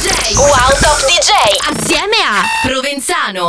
DJ. Wow Top DJ. Assieme a Provenzano.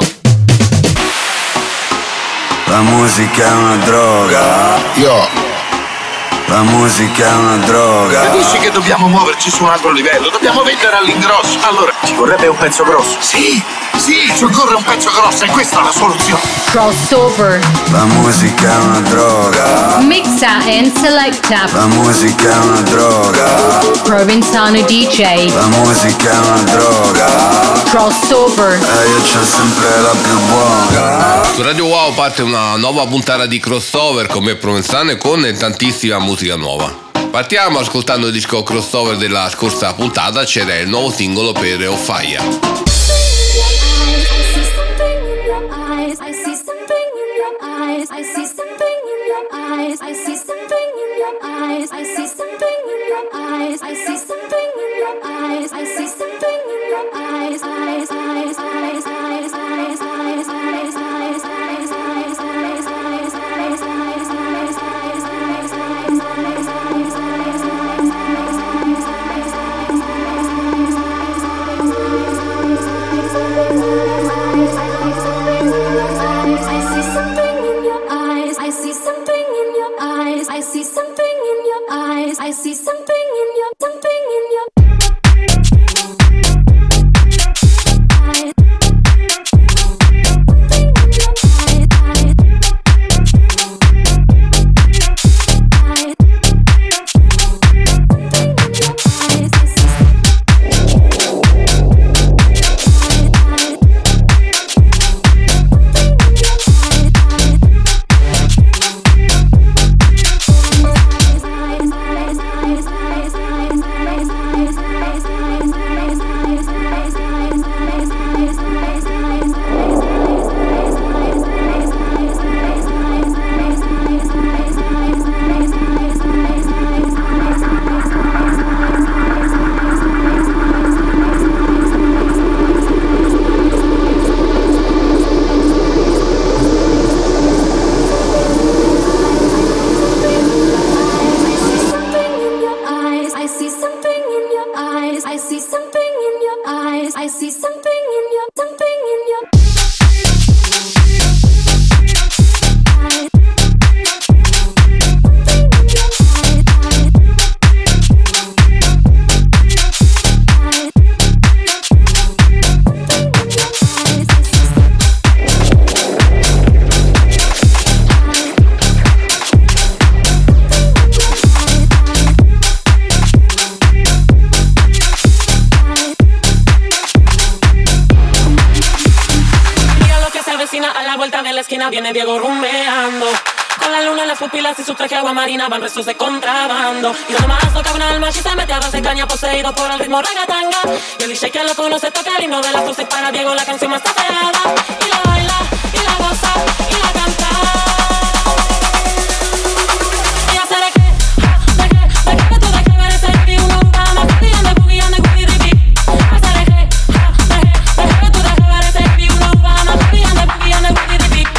La musica è una droga. La musica è una droga. Capisci che dobbiamo muoverci su un altro livello? Dobbiamo vendere all'ingrosso. Allora, ci vorrebbe un pezzo grosso. Sì, ci occorre un pezzo grosso e questa è la soluzione. Crossover. La musica è una droga. Mixa and selecta. La musica è una droga. Provenzano DJ. La musica è una droga. Crossover. E io c'ho sempre la più buona. Su Radio Wow parte una nuova puntata di Crossover con me Provenzano e con tantissima musica nuova. Partiamo ascoltando il disco Crossover della scorsa puntata, c'era il nuovo singolo per Offaia. Viene Diego rumbeando, con la luna en las pupilas y su traje agua marina van restos de contrabando. Y donde más toca un alma, y se mete a base caña poseído por el ritmo ragatanga. Y el DJ que lo conoce toca el himno de las 12 para Diego la canción más tapeada. Y la baila, y la goza, y la canta. Y hace de que tú de que ver ese baby uno va más party and the boogie and the boogie de beat. Hace de que tú de que ver ese baby uno va más party and the boogie and the boogie de beat.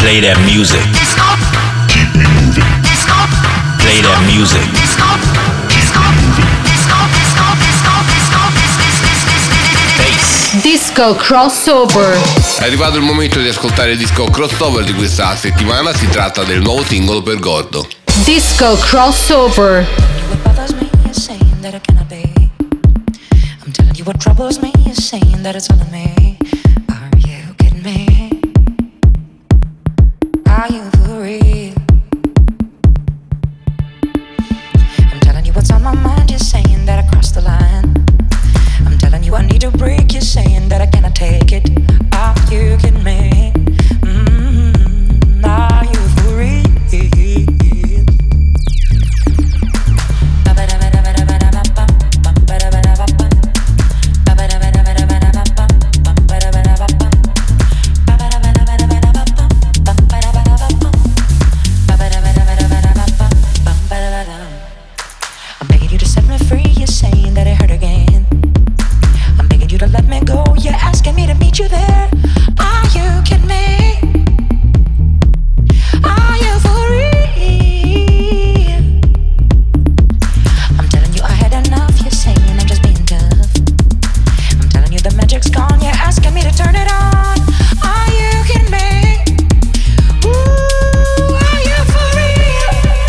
Play that music. Play that music. Disco crossover. È arrivato il momento di ascoltare il disco crossover di questa settimana, si tratta del nuovo singolo per Gordo. Disco crossover. What troubles me is saying that it's all on me. Are you kidding me? Are you for real? I'm telling you what's on my mind. You're saying that I crossed the line. I'm telling you I need a break. You're saying that I cannot take it. Are you kidding me? Are you for real? You there? Are you kidding me? Are you for real? I'm telling you I had enough. You're saying I'm just being tough. I'm telling you the magic's gone. You're asking me to turn it on. Are you kidding me? Ooh, are you for real?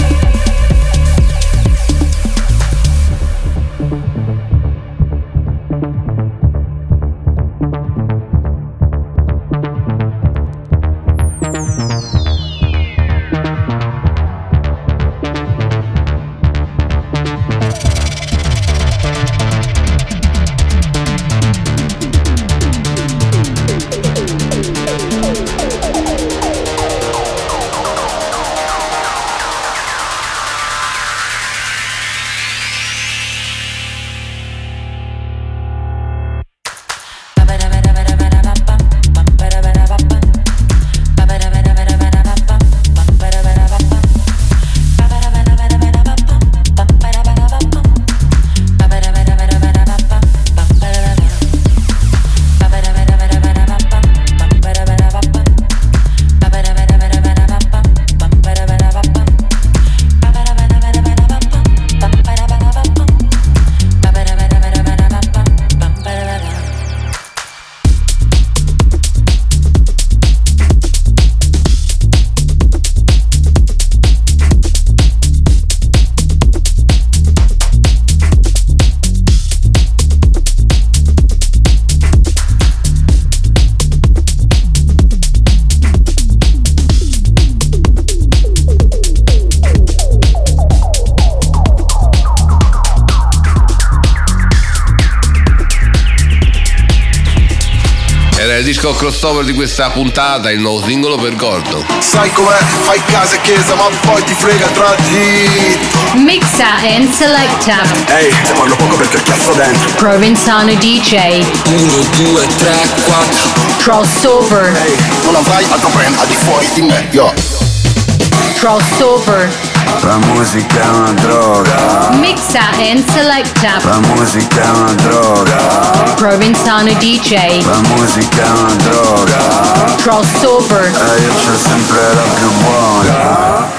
Era il disco crossover di questa puntata, il nuovo singolo per Gordo. Sai com'è? Fai casa e chiesa ma poi ti frega tra di... Mixa and selecta. Ehi, te parlo poco perché cazzo dentro. Provenzano DJ. 1, 2, 3, 4. Crossover. Ehi, non avrai altro brand al di fuori di me, yo. Crossover. La musica è una droga. Mixa and selecta. La musica è una droga. Provenzano DJ. La musica è una droga. Crossover. E io c'ho sempre la più buona.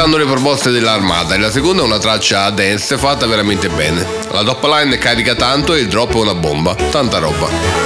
stanno le proposte dell'Armada e la seconda è una traccia dance fatta veramente bene. La top line carica tanto e il drop è una bomba, tanta roba.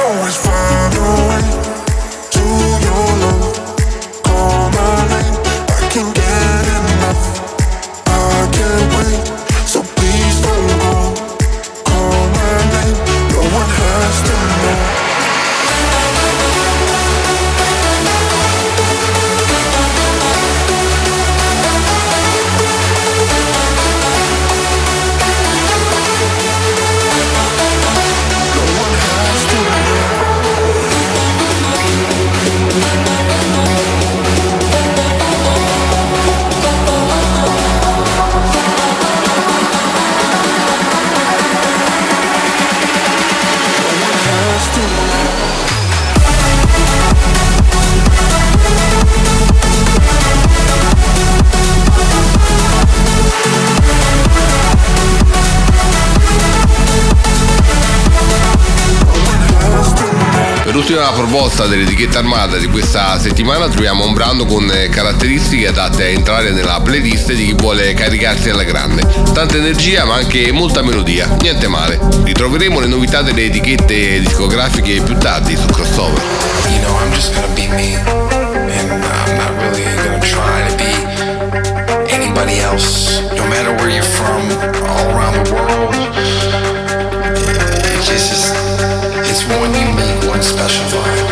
L'ultima proposta dell'etichetta Armada di questa settimana troviamo un brano con caratteristiche adatte a entrare nella playlist di chi vuole caricarsi alla grande. Tanta energia ma anche molta melodia, niente male. Ritroveremo le novità delle etichette discografiche più tardi su Crossover. You know, I'm just gonna be me, and I'm not really gonna try to be anybody else. No matter where you're from, all around the world, it's one unique, one special vibe.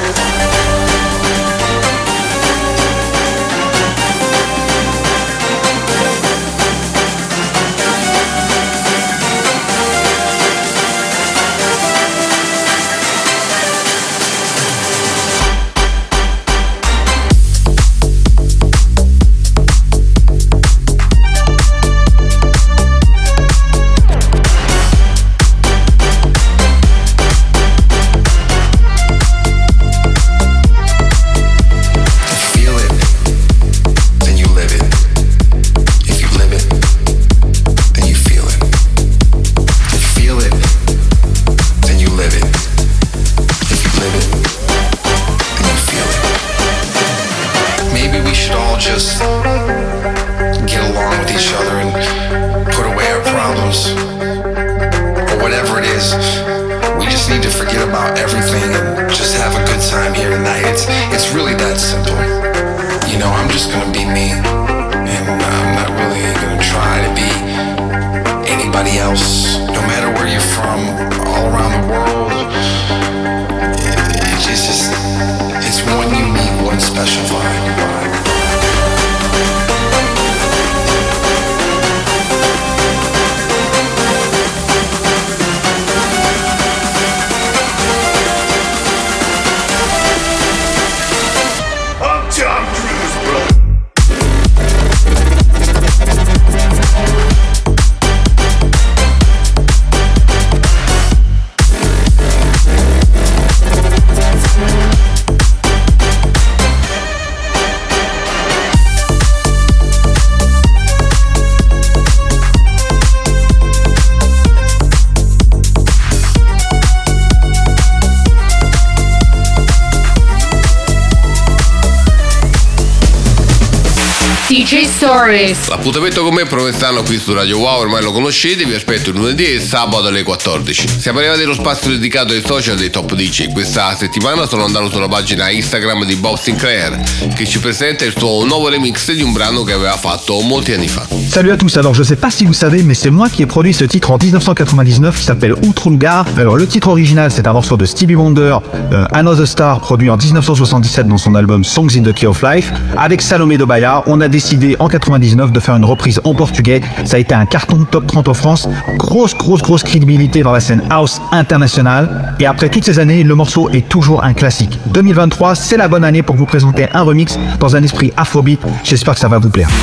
DJ Stories. L'appuntamento con me è Provenzano qui su Radio Wow, ormai lo conoscete, vi aspetto il lunedì e il sabato alle 14. Siamo arrivati allo spazio dedicato ai social dei top DJ. Questa settimana sono andato sulla pagina Instagram di Bob Sinclair che ci presenta il suo nuovo remix di un brano che aveva fatto molti anni fa. Salut à tous, alors je sais pas si vous savez mais c'est moi qui ai produit ce titre en 1999 qui s'appelle Outrungar. Alors le titre original c'est un morceau de Stevie Wonder, Another Star, produit en 1977 dans son album Songs in the Key of Life. Avec Salomé Dobaya, on a décidé en 99 de faire une reprise en portugais. Ça a été un carton top 30 en France, grosse crédibilité dans la scène house internationale. Et après toutes ces années, le morceau est toujours un classique. 2023, c'est la bonne année pour vous présenter un remix dans un esprit afrobeat. J'espère que ça va vous plaire.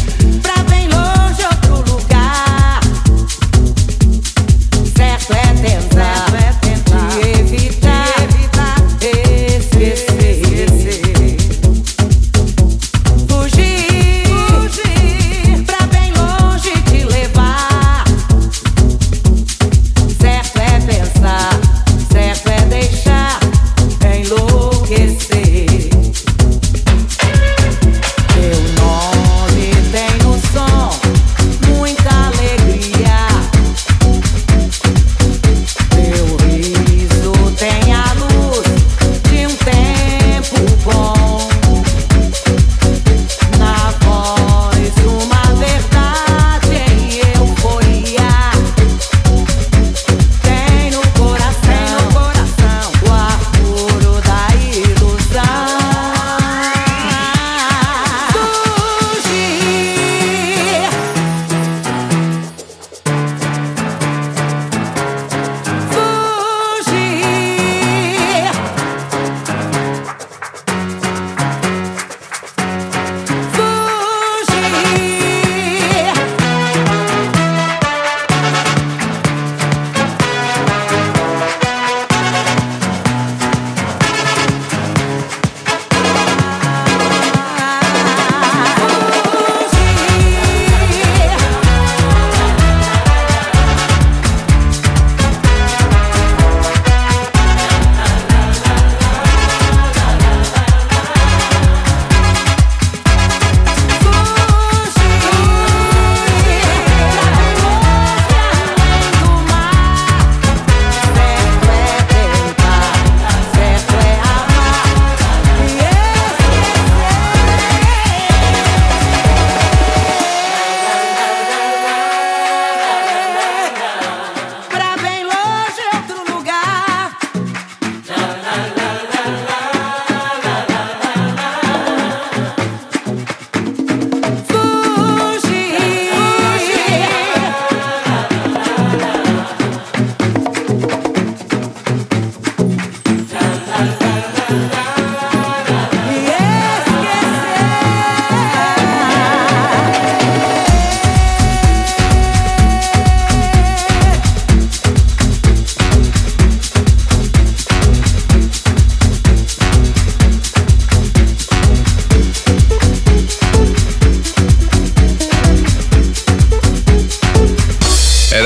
Certo é ter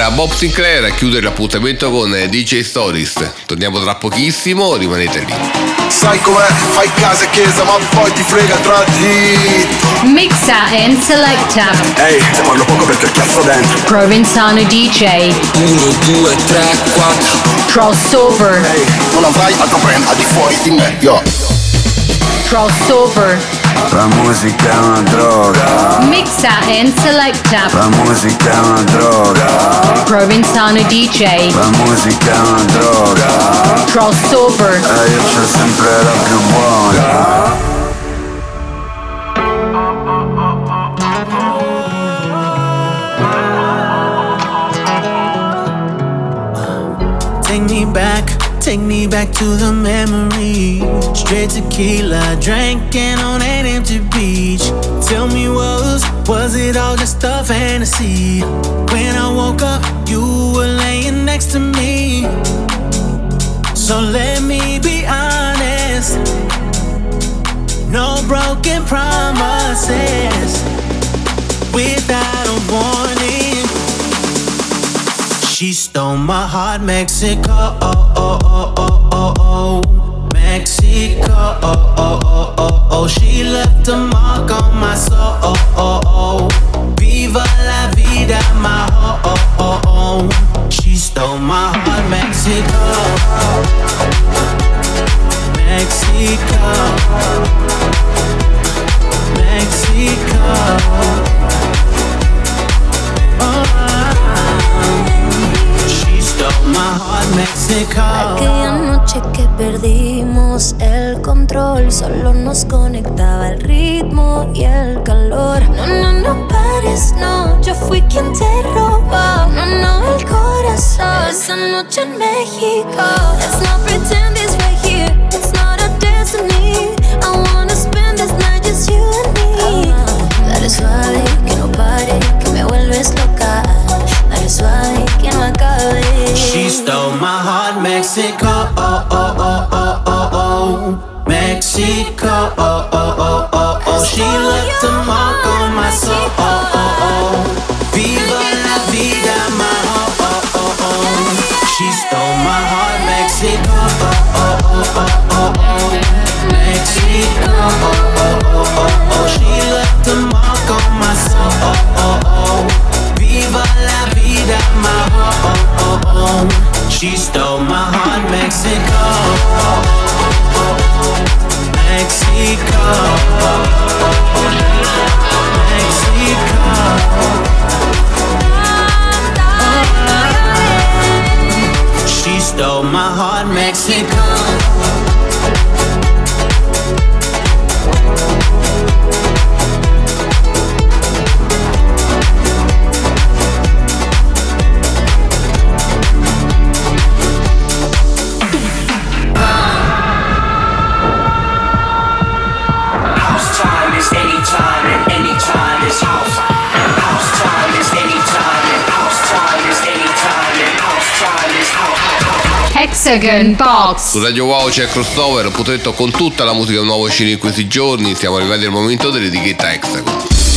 era Bob Sinclair a chiudere l'appuntamento con DJ Stories. Torniamo tra pochissimo, rimanete lì. Sai com'è, fai casa e chiesa ma poi ti frega tra di. Mixa and selecta. Ehi, te parlo poco perché cazzo dentro. Provenzano DJ. 1, 2, 3, 4. Crossover. Ehi, non avrai altro brand al di fuori di me, yo. Crossover. La musica è una droga. Mixa and selecta. La musica è una droga. Provenzano DJ. La musica è una droga. Crossover. E io c'ho sempre la più buona. Take me back to the memory. Straight tequila, drinking on an empty beach. Tell me, was it all just a fantasy? When I woke up, you were laying next to me. So let me be honest, no broken promises. Without a warning, she stole my heart, Mexico, Mexico, she left a mark on my soul. Viva la vida, my home. She stole my heart, Mexico, Mexico, Mexico. Aquella noche que perdimos el control, solo nos conectaba el ritmo y el calor. No pares, no, yo fui quien te robó. No, el corazón. Esa noche en México. Let's not pretend it's right here, it's not a destiny. I wanna spend this night just you and me. Dale suave, que no pare, que me vuelves loca. Dale suave, que no acabe. She stole my heart, Mexico, Mexico, she left a mark on my soul. Viva la vida, my home. She stole my heart, Mexico, Mexico, she left a mark on my soul. Viva la vida, my home. She stole my heart, Mexico, Mexico, Mexico. She stole my heart, Mexico. Hexagon Box. Su Radio Wow c'è Crossover, appuntamento con tutta la musica nuova uscita in questi giorni. Siamo arrivati al momento dell'etichetta Hexagon.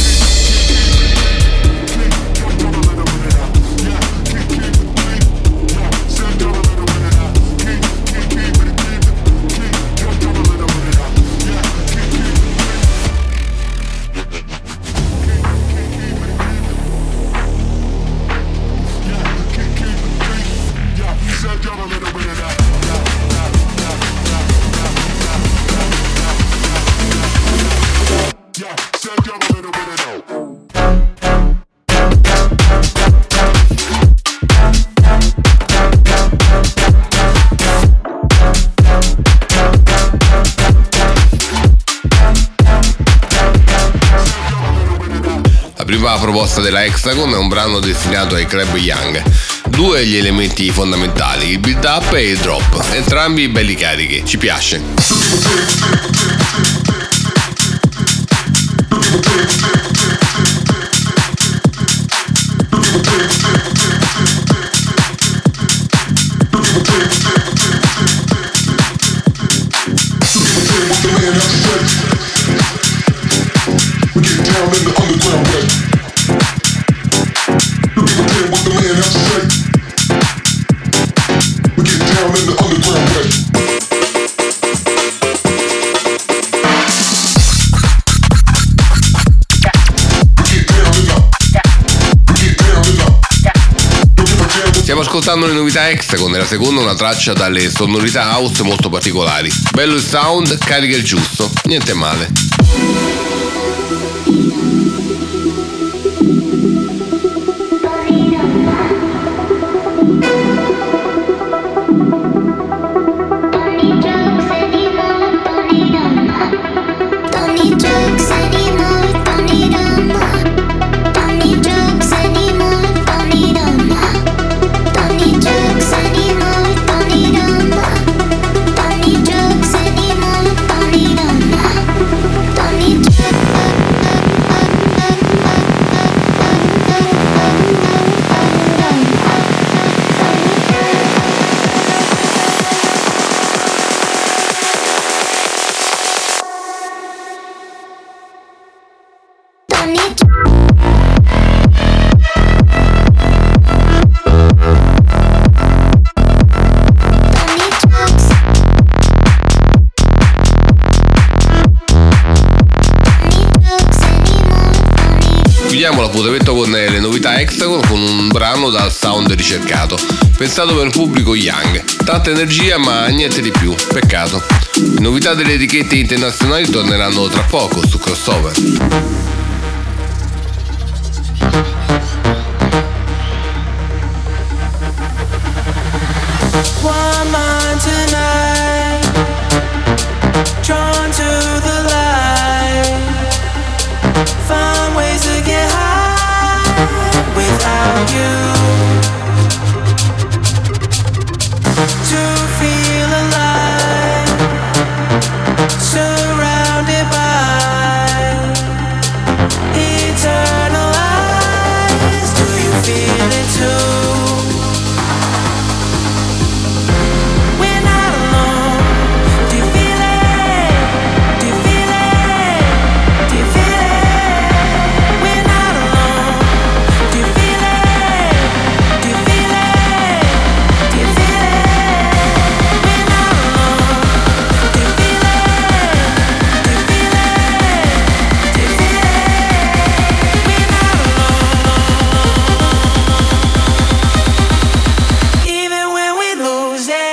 La proposta della Hexagon è un brano destinato ai club young. Due gli elementi fondamentali, il build up e il drop, entrambi belli carichi, ci piace. With the man out the Stiamo ascoltando le novità Hexagon, nella seconda una traccia dalle sonorità house molto particolari. Bello il sound, carica il giusto, niente male. Chiudiamo l'appuntamento con le novità Hexagon con un brano dal sound ricercato, pensato per un pubblico young. Tanta energia ma niente di più, peccato. Le novità delle etichette internazionali torneranno tra poco su Crossover. One mind tonight, drawn to the light. Find ways to get high without you. To feel alive, surrounded by eternal eyes. Do you feel it too? We're not alone. Do you feel it? Do you feel it? Do you feel it? We're not alone. Do you feel it? Do you feel it? Do you feel it? We're not alone. Do you feel it? Do you feel it? Do you feel it? We're not alone. Even when we lose it.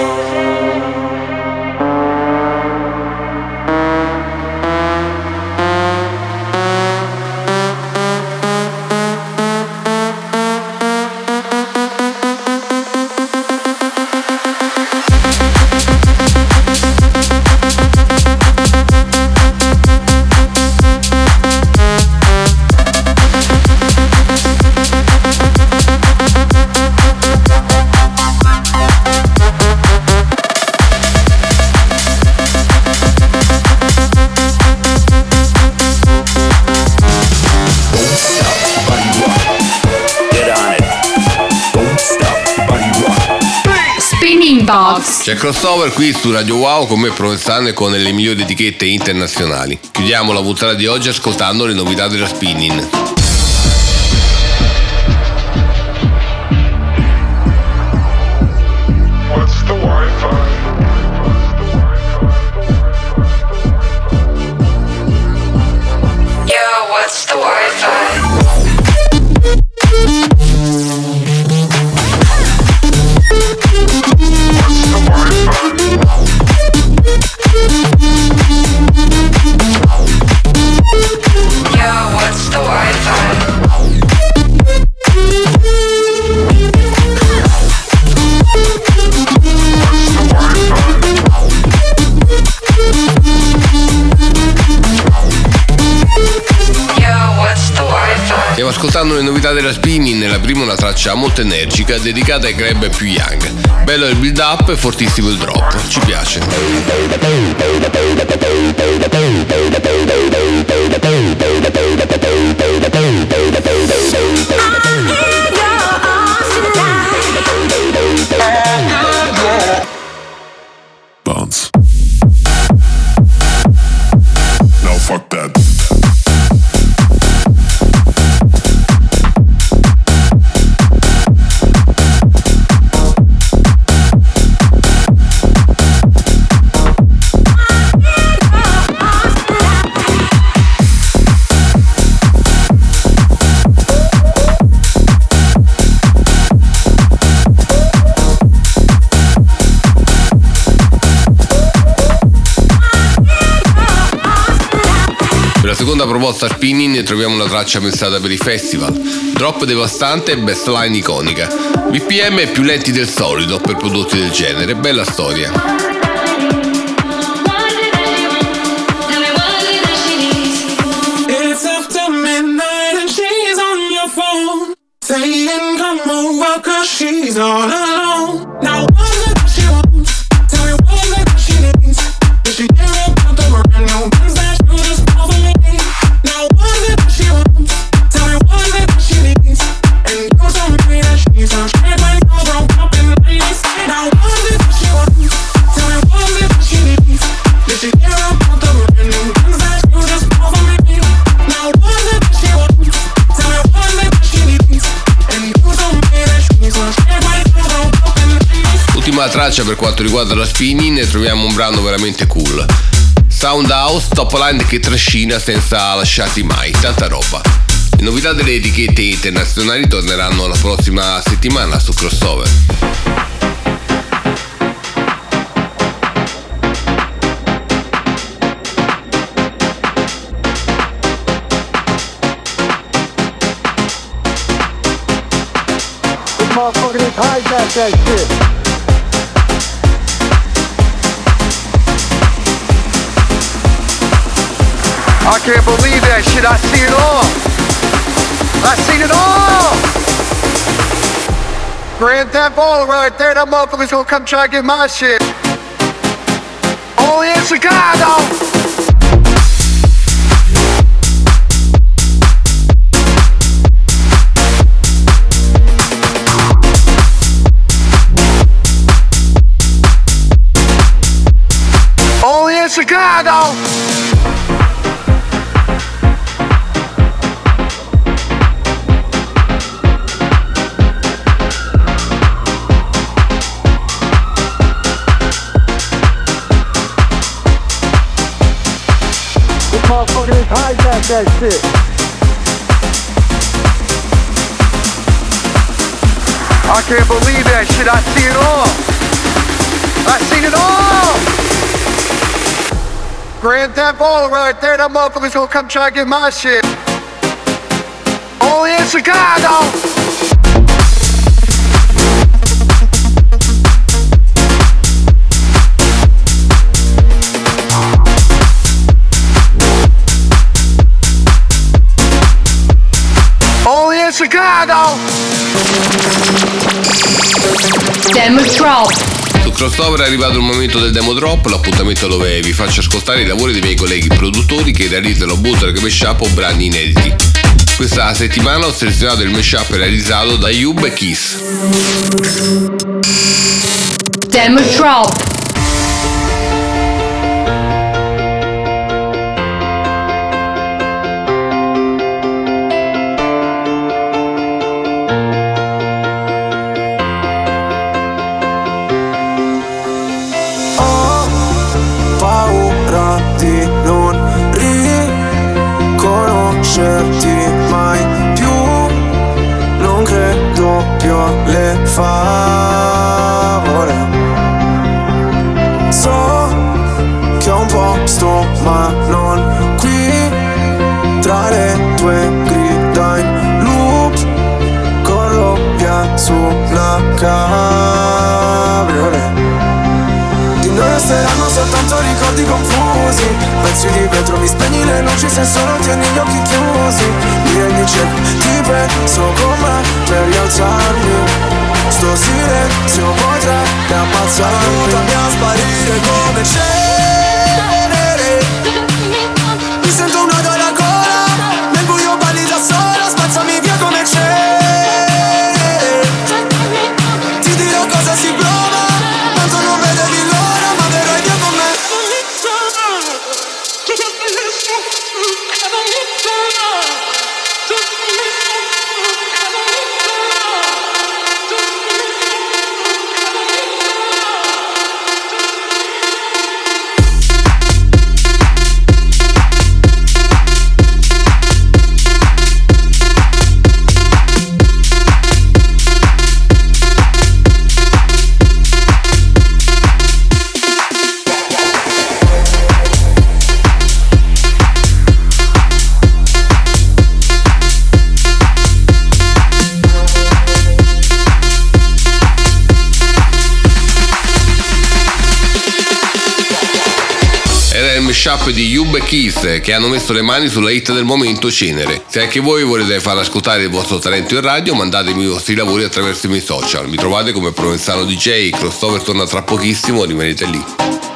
Spinning Box. C'è Crossover qui su Radio Wow con me Provenzano e con le migliori etichette internazionali. Chiudiamo la puntata di oggi ascoltando le novità della Spinning. Yo, what's the Wi-Fi? Yo, what's the Stiamo ascoltando le novità della Spinning, nella prima una traccia molto energica dedicata ai club più young. Bello il build up e fortissimo il drop, ci piace. Bounce. No, fuck that. seconda proposta spinning troviamo una traccia pensata per i festival. Drop devastante e bassline iconica. BPM più lenti del solito per prodotti del genere, bella storia. It's after midnight and she's on your phone, saying come over 'cause she's all alone. Now what is it that she wants? Tell me what is it that she needs? Did she hear about the brand new ones that you just bought for me? Now what is it that she wants? Tell me what is it that she needs? And you told me that she's a straight when you broke up in the 90s. Now what is it that she wants? Tell me what is it that she needs? Did she hear about the brand new ones that you just bought for me? Now what is it that she wants? Tell me what is it that she needs? And you told me that she's a straight when you broke up in the 90s. Ultima traccia per quanto riguarda la spinning, ne troviamo un brano veramente cool. Sound House, top line che trascina senza lasciarti mai, tanta roba. Le novità delle etichette internazionali torneranno la prossima settimana su Crossover. Motherfucker, hijack that shit. I can't believe that shit. I seen it all. I seen it all. Grand Theft Auto right there. That motherfucker's gonna come try to get my shit. Only in Chicago. Only in Chicago. Motherfucker, hijack that shit. I can't believe that shit. I see it all. I seen it all. Grand Theft Auto right there. That motherfucker's gonna come try to get my shit. Only in Chicago. Only in Chicago. Demo Drop. Su Crossover è arrivato il momento del demo drop, l'appuntamento dove vi faccio ascoltare i lavori dei miei colleghi produttori che realizzano bootleg, mashup o brani inediti. Questa settimana ho selezionato il mashup realizzato da Yub e Kiss. Demo Drop. Le favore. So che ho un posto ma non qui, tra le tue grida in loop, corro via su una cabriolet. Di noi resteranno soltanto ricordi confusi, pezzi di vetro, mi spegni le luci se solo tieni gli occhi chiusi. Vieni cieco, ti penso come per rialzarmi. Sto silenzio potrebbe ammazzarmi. Aiutami a sparire come cenere. Mi sento un nodo alla gola, nel buio balli da sola, spazzami via come cenere. Ti dirò cosa si prova, tanto non vedevi l'ora, ma verrai via con me. mashup di Yub e Kiss, che hanno messo le mani sulla hit del momento, Cenere. Se anche voi volete far ascoltare il vostro talento in radio, mandatemi i vostri lavori attraverso i miei social. Mi trovate come Provenzano DJ. Crossover torna tra pochissimo, rimanete lì.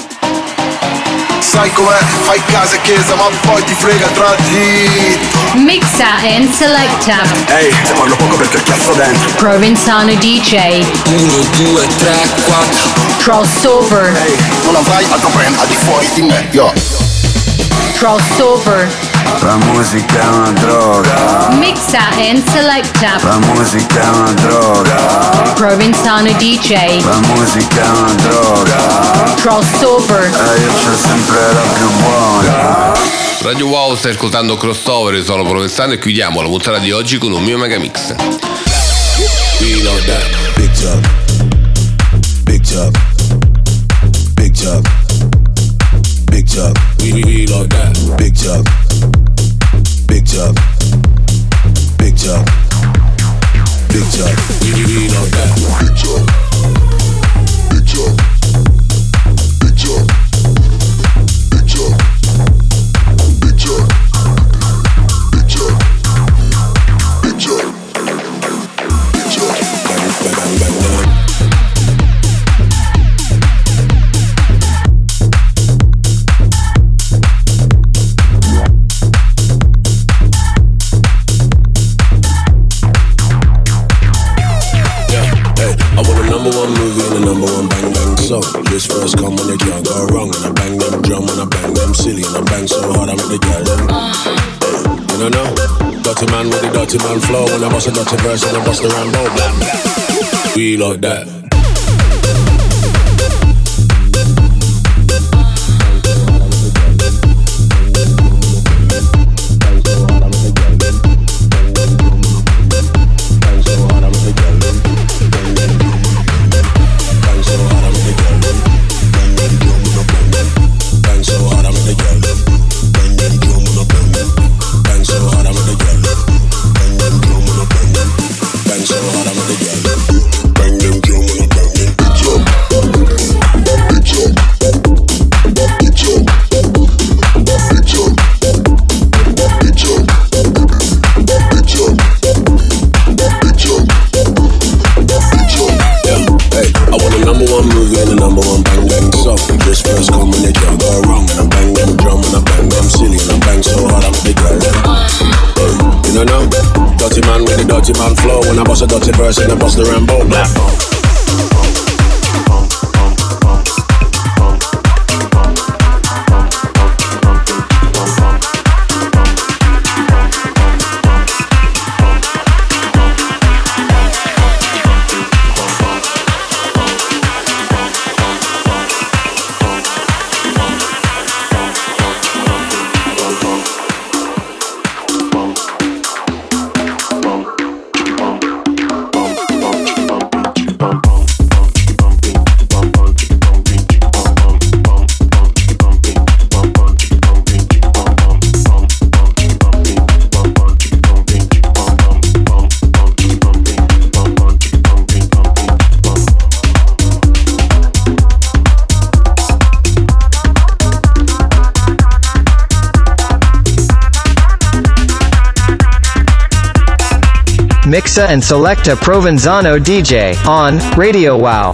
Sai com'è, fai casa e chiesa ma poi ti frega tra di. Mixa and selecta. Ehi, te parlo poco perché cazzo dentro. Provenzano DJ. 1, 2, 3, 4. Crossover. Ehi, non avrai altro brand al di fuori di me, yo. Crossover. La musica è una droga. Mixa and selecta. La musica è una droga. Provenzano DJ. La musica è una droga. Crossover. E io c'ho sempre la più buona. Radio Wow, stai ascoltando Crossover, io sono Provenzano e chiudiamo la puntata di oggi con un mio megamix. We know that. Big job. Big job. Big job. Big job. We know that. Big job. Big job. Big job. Big job. We know that. Big job. Big job. Big job. Big job. Big job. Big job. Big job. Big job. Bang, bang, bang, bang. This first come when they can't go wrong. And I bang them drum and I bang them silly. And I bang so hard I make the girl them you know? Dirty man with the dirty man flow. When I bust a dirty verse and I bust the Rambo. Blah, blah. We like that. A dirty verse and I bust the Rambo. Blah. Mixa and Selecta Provenzano DJ on Radio Wow.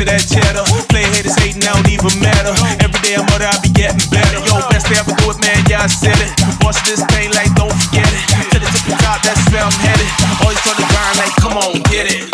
to that cheddar. Play haters hating, I don't even matter. Every day I'm older, I be getting better. Yo, best day ever do it, man, yeah, I said it. Watch this thing like, don't forget it. To the tip of the top, that's where I'm headed. Always on the grind like, come on, get it.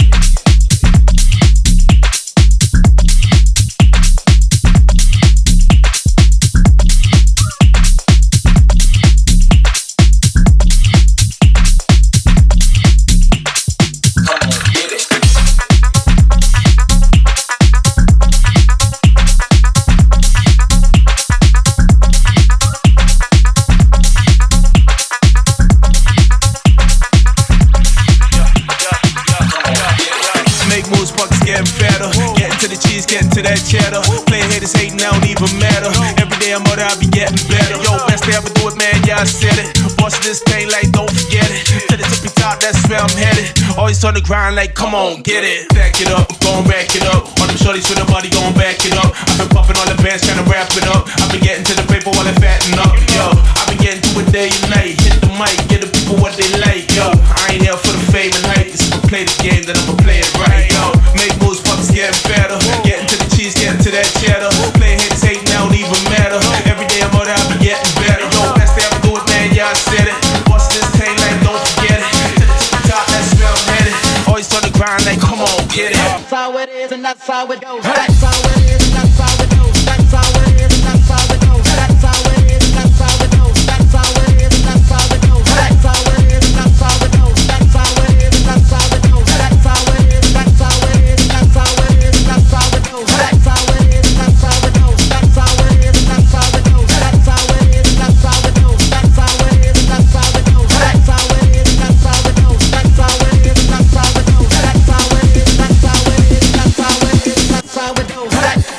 Getting to that cheddar. Play haters hating, I don't even matter. Every day I'm older, I be getting better. Yo, best day ever do it, man, yeah, I said it. Boss this thing like, don't forget it. To the tippy top, that's where I'm headed. Always on the grind like, come on, get it. Back it up, gon' back it up. All them shorties with the body gon' back it up. I've been puffing all the bands, tryna wrap it up. I've been getting to the paper while it fatten up. Yo, I've been getting to it day and night. Hit the mic, get the people what they like. Yo, I ain't here for the fame and hype. This is to play the game, then I'ma play it right. Yo, make moves, fuckers getting fatter. Getting to the cheese, getting to that cheddar. Play haters hating, I don't even matter. Every day I'm older, I be getting better. Yo, best day ever do it, man, yeah, I said it. Watch this thing like, don't forget it. To the top, that's where I'm headed. Always on the grind like, come on, get it. That's how it is and that's how it goes. That's how it is and that's how it goes. That's how it is and that's how it goes. That's how it is and that's how it goes. That's how it is and that's how it goes. That's how it is and that's how it goes. That's how it is and that's how it goes. That's how it is and that's how it is and that's how it is and that's how it goes. That's how it is and that's how it goes. That's how it is and that's how it goes. That's how it is and that's how it goes. That's how it is and that's how it goes. That's how it is and that's how it goes. That's how it is and that's how it goes. That's how it is and that's how it is. That's how it is and that's how it goes.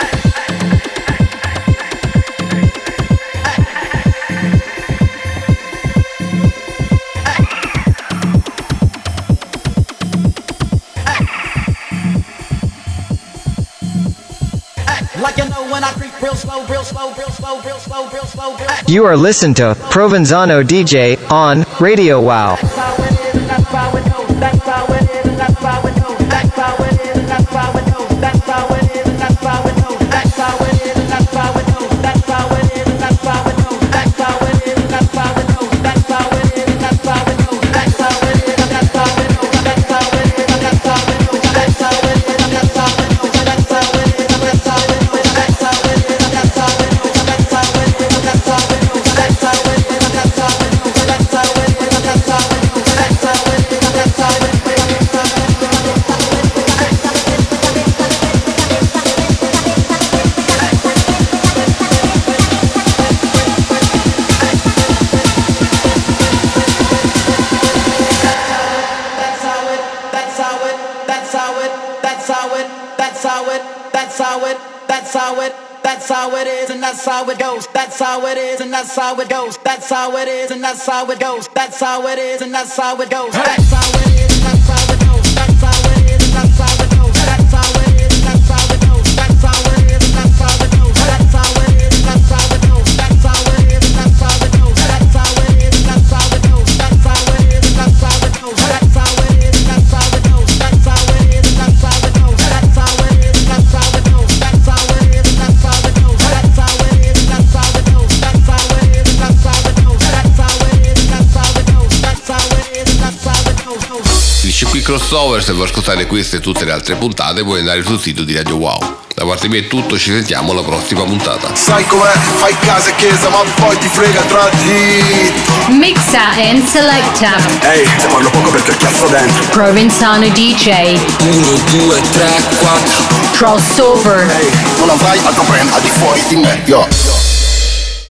Like you know when I creep real slow, real slow, real slow, real slow, real slow, real slow. You are listening to Provenzano DJ on Radio Wow. That's how it is and that's how it goes. That's how it is and that's how it goes. That's how it is and that's how it goes. That's how it is and that's how it goes. That's how it is and that's how it goes. That's how it is and that's how it goes. That's how it is and that's how it goes. That's how it is and that's how it goes. That's how it is and that's how it goes. That's how it is and that's how it goes. That's how it is and that's how it goes. That's how it is and that's how it goes. That's how it is and that's how it goes. That's how it is and that's how it goes. That's how it is and that's how it goes. That's how it is and that's how it goes. That's how it is and that's how it goes. That's how it is and that's how it goes. That's how it is and that's how it goes. That's how it is and that's how it goes. That's how it is and that's how it goes. That's how it is and that's how it goes. That's how it is and that's how it goes. That's how it is and that's how it goes. That's how it is and that's how it goes. That's how it is and that's how it goes. That's how it is and that's how it goes. That's how it is and that's how it goes. That's how it is and that's how it goes. That's how it is and that's how it goes. That's how it is and that's how it goes. That's how it is and that's how it goes. That's how it is and that's how it goes. That's how it is and that's how it goes. That's how it is and that's how it goes. That's how it is and that's how it goes. That's how it is and that's how it goes. Finisce qui Crossover. Se vuoi ascoltare queste e tutte le altre puntate puoi andare sul sito di Radio Wow. Da parte mia è tutto, ci sentiamo alla prossima puntata. Sai com'è? Fai casa e chiesa ma poi ti frega tra di. Mixa and selecta. Ehi, te parlo poco perché cazzo dentro. Provenzano DJ. 1, 2, 3, 4. Crossover. Ehi, non avrai altro brand al di fuori di me, yo.